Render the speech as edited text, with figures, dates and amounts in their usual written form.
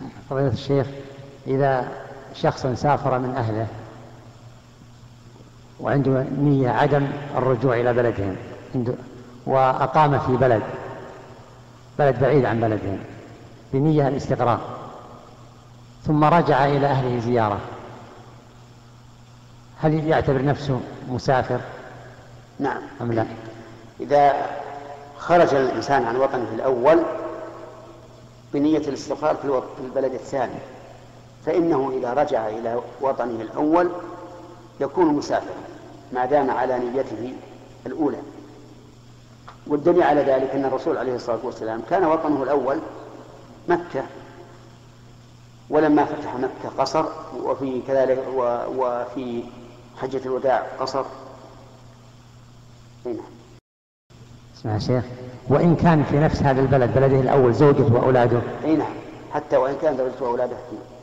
فضيلة الشيخ، إذا شخص سافر من أهله وعنده نية عدم الرجوع إلى بلدهم وأقام في بلد بعيد عن بلدهم بنية الاستقرار، ثم رجع إلى أهله زيارة، هل يعتبر نفسه مسافر؟ نعم أم لا؟ إذا خرج الإنسان عن وطنه الأول بنية الاستقرار في البلد الثاني، فإنه إذا رجع إلى وطنه الأول يكون مسافرا ما دام على نيته الأولى. والدليل على ذلك أن الرسول عليه الصلاة والسلام كان وطنه الأول مكة، ولما فتح مكة قصر، وفي كذلك وفي حجة الوداع قصر. هنا اسمع يا شيخ، وإن كان في نفس هذا البلد بلده الأول زوجته وأولاده؟ نعم، حتى وإن كان زوجته وأولاده فيه.